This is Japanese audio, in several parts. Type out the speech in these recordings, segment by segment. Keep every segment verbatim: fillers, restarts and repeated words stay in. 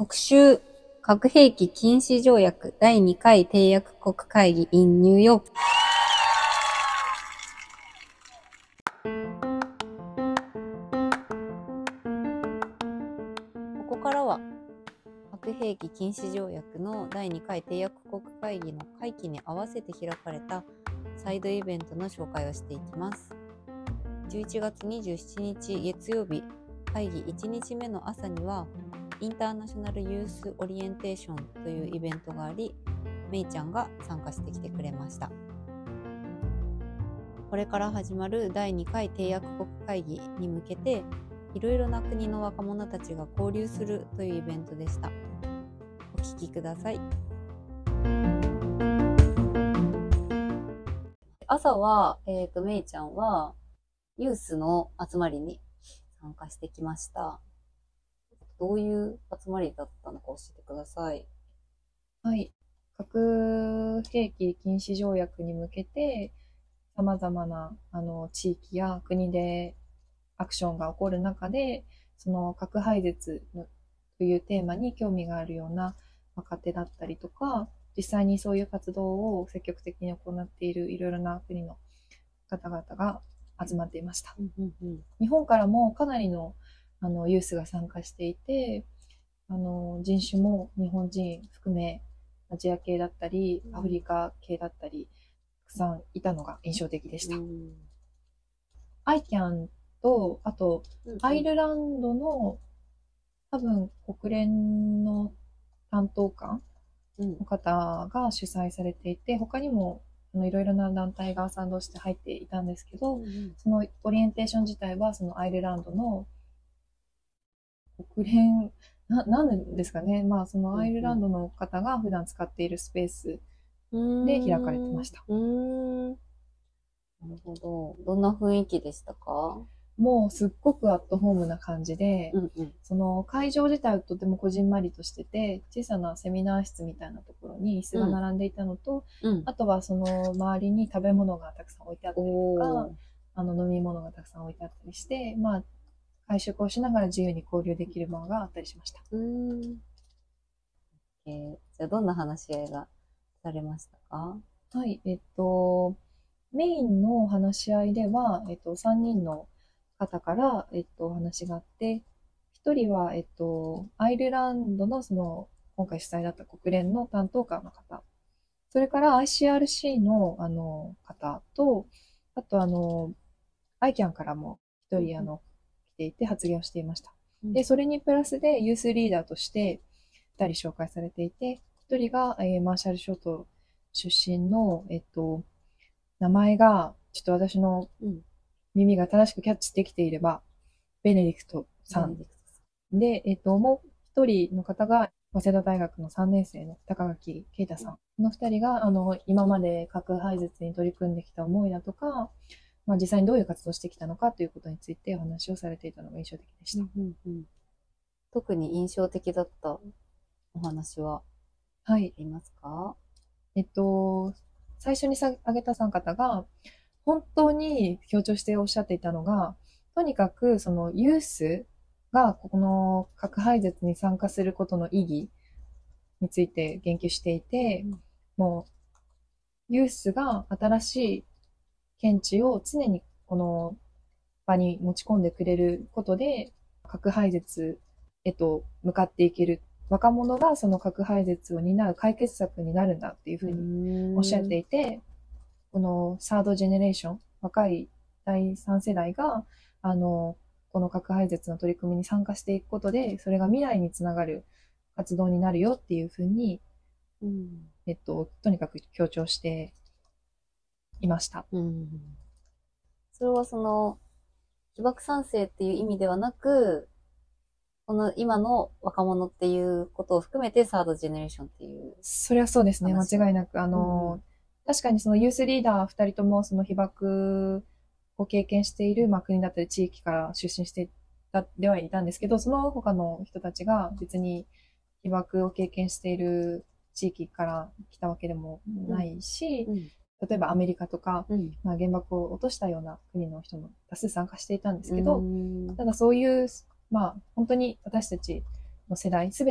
特集、核兵器禁止条約だいにかい締約国会議 in ニューヨーク。ここからは核兵器禁止条約のだいにかい締約国会議の会期に合わせて開かれたサイドイベントの紹介をしていきます。じゅういちがつにじゅうしちにち月曜日、会議いちにちめの朝にはインターナショナルユースオリエンテーションというイベントがあり、めいちゃんが参加してきてくれました。これから始まるだいにかい締約国会議に向けて、いろいろな国の若者たちが交流するというイベントでした。お聞きください。朝は、えーと、めいちゃんはユースの集まりに参加してきました。どういう集まりだったのか教えてください。 はい。核兵器禁止条約に向けて、様々なあの地域や国でアクションが起こる中で、その核廃絶のというテーマに興味があるような若手だったりとか、実際にそういう活動を積極的に行っているいろいろな国の方々が集まっていました。 うんうんうん、 日本からもかなりのあのユースが参加していて、あの人種も日本人含めアジア系だったりアフリカ系だったりたくさんいたのが印象的でした。うん、アイキャンとあとアイルランドの多分国連の担当官の方が主催されていて、他にもいろいろな団体が賛同して入っていたんですけど、うんうん、そのオリエンテーション自体はそのアイルランドの国連な、なんですかね。まあ、そのアイルランドの方が普段使っているスペースで開かれてました。 うーん、なるほど。どんな雰囲気でしたか？ もうすっごくアットホームな感じで、うんうん、その会場自体はとてもこじんまりとしてて、小さなセミナー室みたいなところに椅子が並んでいたのと、うん、あとはその周りに食べ物がたくさん置いてあったりとか、あの飲み物がたくさん置いてあったりして、まあ、会食をしながら自由に交流できる場があったりしました。 うーん、えー、じゃあどんな話し合いがされましたか？ はい、えっと、メインの話し合いでは、えっと、さんにんの方から、えっと、お話があって、ひとりは、えっと、アイルランドのその、今回主催だった国連の担当官の方、それから アイシーアールシー の、あの、方と、あと、あの、アイキャンからも一人、あの、来ていて発言をしていました。で、それにプラスでユースリーダーとしてふたり紹介されていて、ひとりが、えー、マーシャル諸島出身の、えっと、名前が、ちょっと私の耳が正しくキャッチできていれば、ベネディクトさん。で、えっと、もう一人の方が、早稲田大学のさんねん生の高垣啓太さん。この二人が、あの、今まで核廃絶に取り組んできた思いだとか、まあ、実際にどういう活動をしてきたのかということについてお話をされていたのが印象的でした。うんうんうん、 特に印象的だったお話はありますか？はい。えっと、最初に挙げた三方が、本当に強調しておっしゃっていたのが、とにかくそのユースがこの核廃絶に参加することの意義について言及していて、うん、もうユースが新しい見地を常にこの場に持ち込んでくれることで、核廃絶へと向かっていける。若者がその核廃絶を担う解決策になるんだっていうふうにおっしゃっていて、このサードジェネレーション、若いだいさん世代が、あの、この核廃絶の取り組みに参加していくことで、それが未来につながる活動になるよっていうふうに、うん、えっと、とにかく強調していました。うん、 それはその、被爆賛成っていう意味ではなく、この今の若者っていうことを含めてサードジェネレーションっていう。 それはそうですね、間違いなく。あの、うん、確かにそのユースリーダーふたりともその被爆を経験している、まあ、国だったり地域から出身していたではいたんですけど、その他の人たちが別に被爆を経験している地域から来たわけでもないし、うんうん、例えばアメリカとか、うん、まあ、原爆を落としたような国の人も多数参加していたんですけど、ただそういう、まあ、本当に私たちの世代、すべてを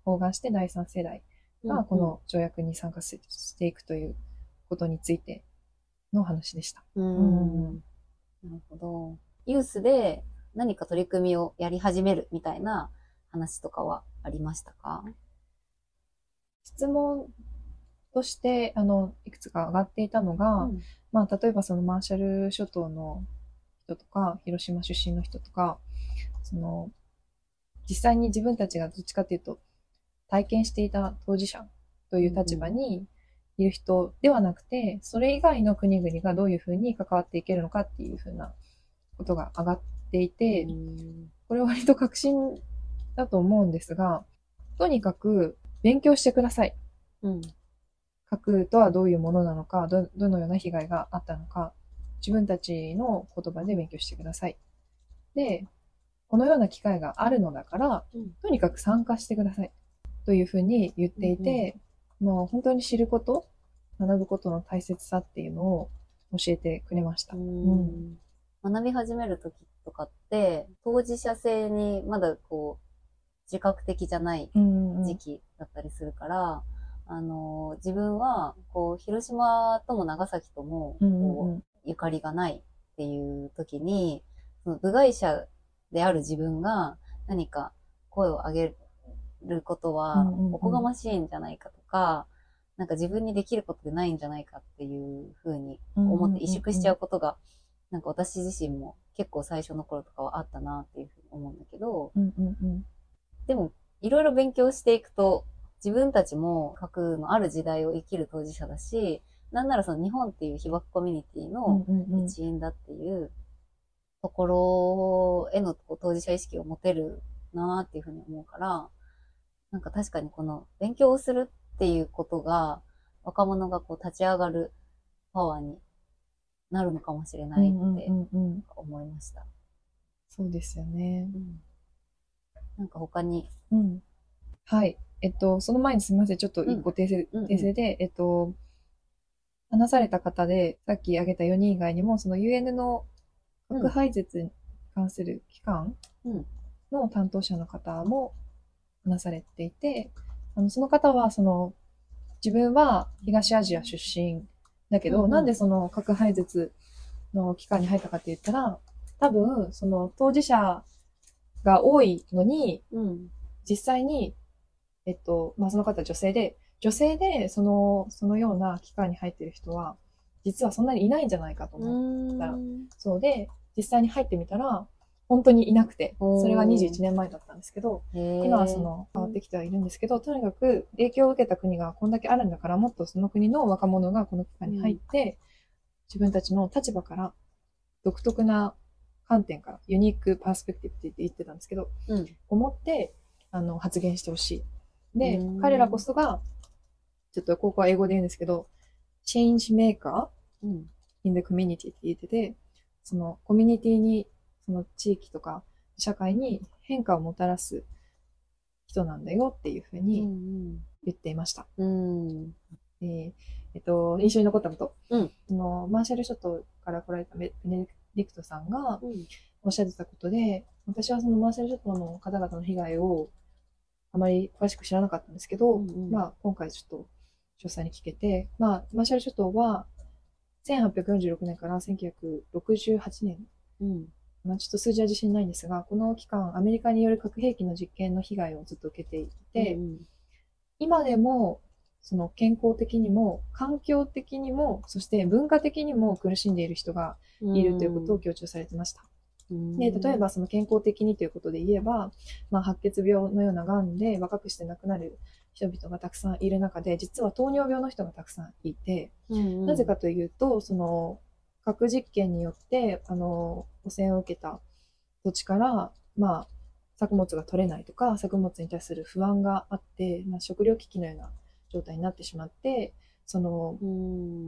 包含してだいさん世代がこの条約に参加していくということについての話でした。 うん。うん、なるほど。ユースで何か取り組みをやり始めるみたいな話とかはありましたか？ 質問として、あの、いくつか上がっていたのが、 うん、 まあ、例えばそのマーシャル諸島の人とか、広島出身の人とか、その、実際に自分たちがどっちかっていうと、体験していた当事者という立場にいる人ではなくて、それ以外の国々がどういうふうに関わっていけるのかっていうふうなことが上がっていて、これは割と確信だと思うんですが、とにかく勉強してください。 うん、 核とはどういうものなのか、ど、どのような被害があったのか、自分たちの言葉で勉強してください。で、このような機会があるのだから、 うん、 とにかく参加してください。というふうに言っていて、うんうん、もう本当に知ること、学ぶことの大切さっていうのを教えてくれました。 うんうん、学び始めるときとかって、当事者性にまだこう、自覚的じゃない時期だったりするから、うんうんうん、あの、自分は、こう、広島とも長崎とも、こう、うんうん、ゆかりがないっていう時に、その部外者である自分が何か声を上げることは、おこがましいんじゃないかとか、なんか自分にできることでないんじゃないかっていうふうに思って萎縮しちゃうことが、なんか私自身も結構最初の頃とかはあったなっていうふうに思うんだけど、 うんうんうん、 でも、いろいろ勉強していくと、自分たちも核のある時代を生きる当事者だし、なんならその日本っていう被爆コミュニティの一員だっていうところへの当事者意識を持てるなっていうふうに思うから、なんか確かにこの勉強をするっていうことが、若者がこう立ち上がるパワーになるのかもしれないって思いました。うんうんうんうん、 そうですよね。 うん、なんか他に、 うん、はい。えっと、その前にすみません。ちょっと一個訂正、うん、訂正で、えっと、話された方で、さっき挙げたよにん以外にも、その ユーエヌ の核廃絶に関する機関の担当者の方も話されていて、あのその方は、その、自分は東アジア出身だけど、うんうん、なんでその核廃絶の機関に入ったかって言ったら、多分、その当事者が多いのに、うん、実際に、えっと、まあ、その方女性で、女性でその、そのような機関に入っている人は、実はそんなにいないんじゃないかと思ったら、そうで、実際に入ってみたら、本当にいなくて、それがにじゅういちねんまえだったんですけど、今はその変わってきてはいるんですけど、とにかく影響を受けた国がこんだけあるんだから、もっとその国の若者がこの機関に入って、自分たちの立場から独特な観点から、ユニークパースペクティブって言ってたんですけど、うん、思ってあの発言してほしい。で、彼らこそが、ちょっとここは英語で言うんですけど、change maker in the community って言ってて、そのコミュニティに、その地域とか社会に変化をもたらす人なんだよっていうふうに言っていました。うんうん、えーえっと、印象に残ったこと、うん、そのマーシャル諸島から来られたベネディクトさんがおっしゃってたことで、私はそのマーシャル諸島の方々の被害をあまり詳しく知らなかったんですけど、うんうん、まあ今回ちょっと詳細に聞けて、まあマーシャル諸島はせんはっぴゃくよんじゅうろくねんからせんきゅうひゃくろくじゅうはちねん、うん、まあ、ちょっと数字は自信ないんですが、この期間アメリカによる核兵器の実験の被害をずっと受けていて、うんうん、今でもその健康的にも環境的にもそして文化的にも苦しんでいる人がいるということを強調されてました。で、例えばその健康的にということで言えば、まあ、白血病のような癌で若くして亡くなる人々がたくさんいる中で、実は糖尿病の人がたくさんいて、うんうん、なぜかというと、その核実験によってあの汚染を受けた土地から、まあ、作物が取れないとか、作物に対する不安があって、まあ、食糧危機のような状態になってしまって、その、うん、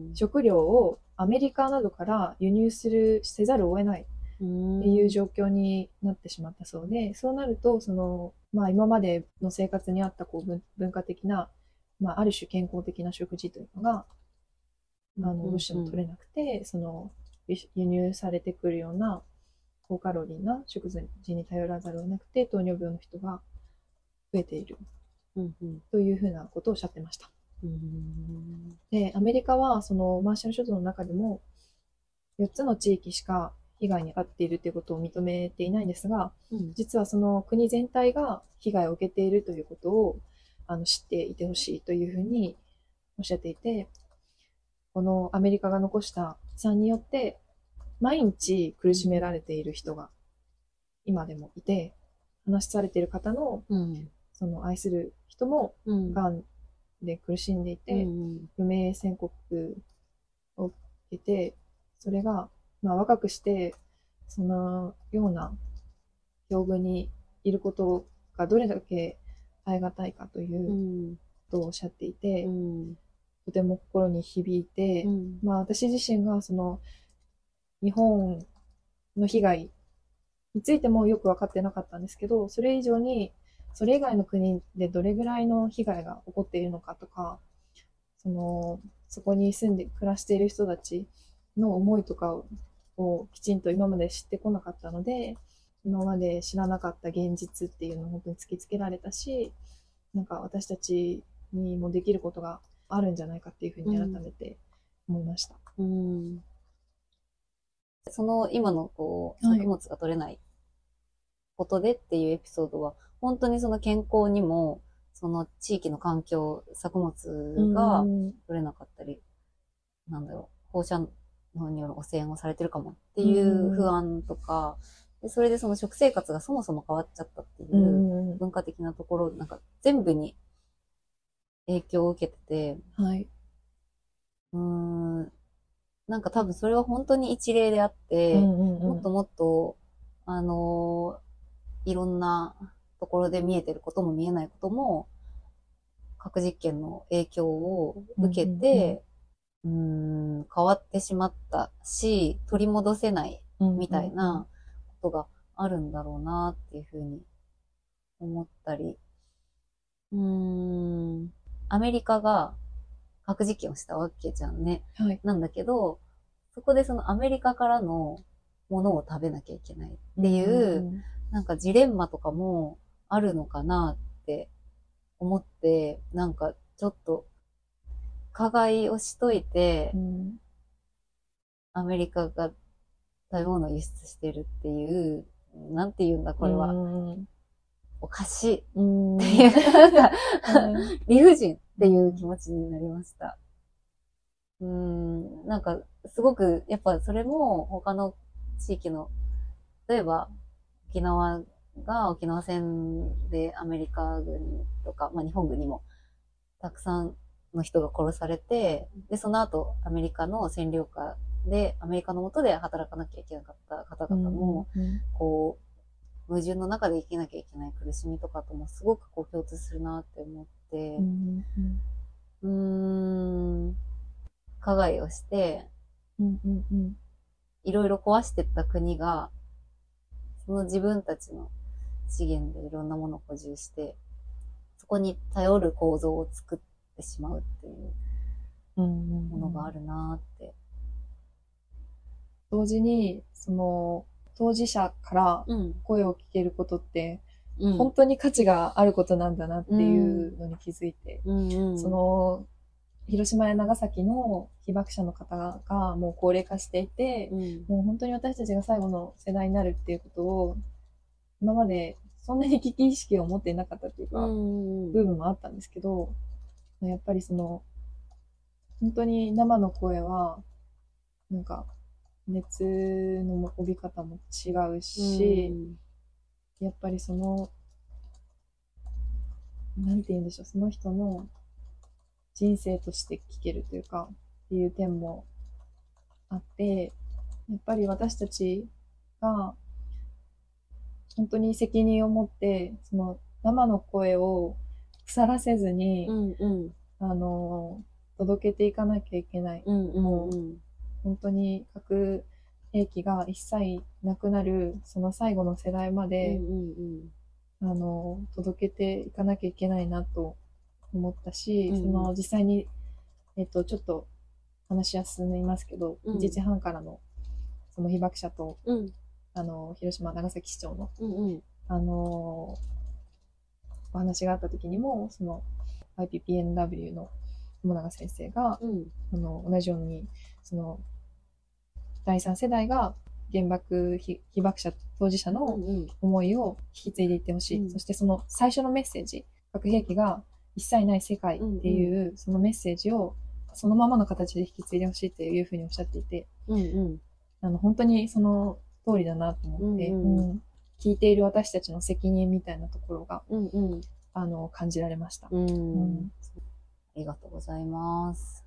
食料をアメリカなどから輸入するせざるを得ないっていう状況になってしまったそうで、そうなるとその、まあ、今までの生活にあったこう文化的な、まあ、ある種健康的な食事というのがあのどうしても取れなくて、その輸入されてくるような高カロリーな食事に頼らざるを得なくて糖尿病の人が増えているうんうんというふうなことをおっしゃってました。 うんで、アメリカはそのマーシャル諸島の中でもよっつの地域しか被害に遭っているということを認めていないんですが、 うん実はその国全体が被害を受けているということをあの知っていてほしいというふうにおっしゃっていて、このアメリカが残した遺産によって毎日苦しめられている人が今でもいて、話されている方のうんその愛する人もうんがんで苦しんでいて、 うん余命宣告を受けて、それが、まあ、若くしてそのような境遇にいることがどれだけ耐え難いかといううんことをおっしゃっていて、 うんとても心に響いて、 うんまあ、私自身がその日本の被害についてもよく分かってなかったんですけど、それ以上にそれ以外の国でどれぐらいの被害が起こっているのかとか、そのそこに住んで暮らしている人たちの思いとかをきちんと今まで知ってこなかったので、今まで知らなかった現実っていうのを本当に突きつけられたし、なんか私たちにもできることがあるんじゃないかっていうふうに改めて思いました。 うんその今のこうはい作物が取れないことでっていうエピソードは、本当にその健康にも、その地域の環境、作物がうん取れなかったり、なんだろう、放射能による汚染をされてるかもっていう不安とか、でそれでその食生活がそもそも変わっちゃったっていううん文化的なところ、なんか全部に影響を受けてて、 はい。 うーん、なんか多分それは本当に一例であって、 うんうんうんもっともっと、あのーいろんなところで見えてることも見えないことも、核実験の影響を受けて、うーん、変わってしまったし、取り戻せないみたいなことがあるんだろうなっていうふうに思ったり、うーん、アメリカが核実験をしたわけじゃんね。 はい。 なんだけど、そこでそのアメリカからのものを食べなきゃいけないっていう、 んなんかジレンマとかもあるのかなって思って、なんかちょっと加害をしといてう、んアメリカが食べ物を輸出してるっていう、なんて言うんだこれは、 うんおかしいっうんていう、なんかうん理不尽っていう気持ちになりました。うーん、なんかすごく、やっぱそれも他の地域の、例えば沖縄が沖縄戦でアメリカ軍とか、まあ、日本軍にもたくさんの人が殺されて、で、その後アメリカの占領下で、アメリカの下で働かなきゃいけなかった方々も、 うんこう、矛盾の中で生きなきゃいけない苦しみとかともすごくこう共通するなって思って、 うんうーん、加害をして、 うんうんうんいろいろ壊してった国が、その自分たちの資源でいろんなものを補充して、そこに頼る構造を作ってしまうっていううんものがあるなって。 同時に、その、当事者からうん。 声を聞けることって、 うん。 本当に価値があることなんだなっていうのに気づいて、 うんうん。 その、広島や長崎の被爆者の方がもう高齢化していて、 うん、 もう本当に私たちが最後の世代になるっていうことを、今までそんなに危機意識を持っていなかったっていうか、 うん部分もあったんですけど、やっぱりその、本当に生の声は、なんか、熱の帯び方も違うし、やっぱりその、なんて言うんでしょう、その人の人生として聞けるというか、っていう点もあって、やっぱり私たちが本当に責任を持って、その生の声を腐らせずに、 うんうんあの、届けていかなきゃいけない。 うんうんもううん本当に核兵器が一切なくなる、その最後の世代まで、 うんあの、届けていかなきゃいけないなと思ったし、 うんうんその実際に、えっと、ちょっと話は進みますけど、 うんいちじはんからのその被爆者と、 うんあの、広島、長崎市長の、 うんうんあの、 お話があった時にも、その アイピーピーエヌダブリュー の友永先生が、 うんあの同じようにそのだいさん世代が原爆被被爆者当事者うのんうん思いを引き継いでいってほしい、 うんそしてその最初のメッセージ、核兵器が一切ない世界っていうそのメッセージをそのままの形で引き継いでほしいっていうふうにおっしゃっていて、 うんうんあの本当にその通りだなと思って、 うんうんうん聞いている私たちの責任みたいなところがうんうんあの感じられました。 うんうんありがとうございます。